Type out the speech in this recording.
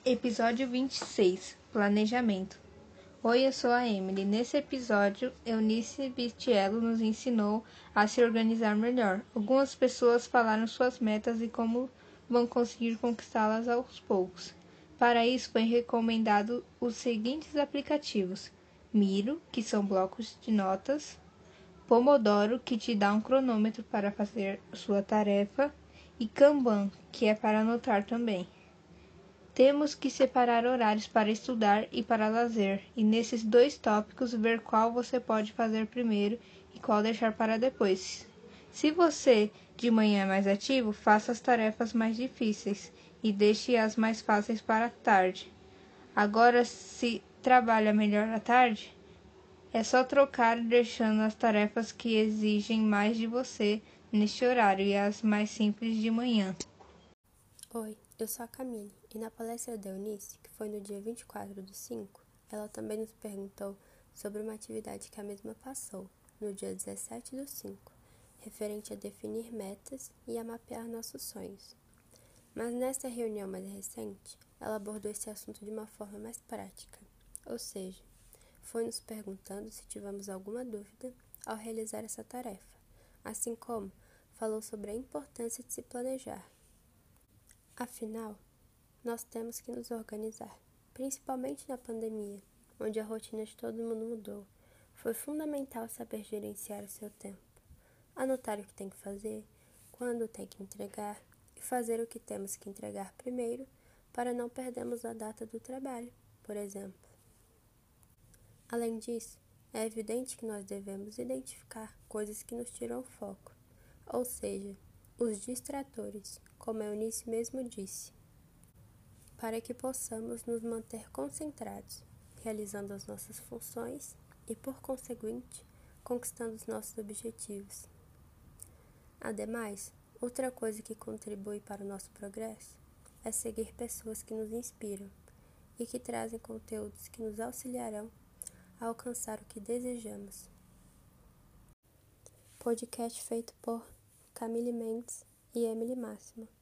Episódio 26. Planejamento. Oi, eu sou a Emily. Nesse episódio, Eunice Bitiello nos ensinou a se organizar melhor. Algumas pessoas falaram suas metas e como vão conseguir conquistá-las aos poucos. Para isso, foi recomendado os seguintes aplicativos: Miro, que são blocos de notas; Pomodoro, que te dá um cronômetro para fazer sua tarefa; e Kanban, que é para anotar também. Temos que separar horários para estudar e para lazer, e nesses dois tópicos ver qual você pode fazer primeiro e qual deixar para depois. Se você de manhã é mais ativo, faça as tarefas mais difíceis e deixe as mais fáceis para a tarde. Agora, se trabalha melhor à tarde, é só trocar deixando as tarefas que exigem mais de você neste horário e as mais simples de manhã. Oi, eu sou a Camille, e na palestra da Eunice, que foi no dia 24/5, ela também nos perguntou sobre uma atividade que a mesma passou, no dia 17/5, referente a definir metas e a mapear nossos sonhos. Mas nesta reunião mais recente, ela abordou esse assunto de uma forma mais prática, ou seja, foi nos perguntando se tivemos alguma dúvida ao realizar essa tarefa, assim como falou sobre a importância de se planejar. Afinal, nós temos que nos organizar, principalmente na pandemia, onde a rotina de todo mundo mudou. Foi fundamental saber gerenciar o seu tempo, anotar o que tem que fazer, quando tem que entregar e fazer o que temos que entregar primeiro para não perdermos a data do trabalho, por exemplo. Além disso, é evidente que nós devemos identificar coisas que nos tiram o foco, ou seja, os distratores, como a Eunice mesmo disse, para que possamos nos manter concentrados, realizando as nossas funções e, por conseguinte, conquistando os nossos objetivos. Ademais, outra coisa que contribui para o nosso progresso é seguir pessoas que nos inspiram e que trazem conteúdos que nos auxiliarão a alcançar o que desejamos. Podcast feito por Camille Mendes e Emily Máximo.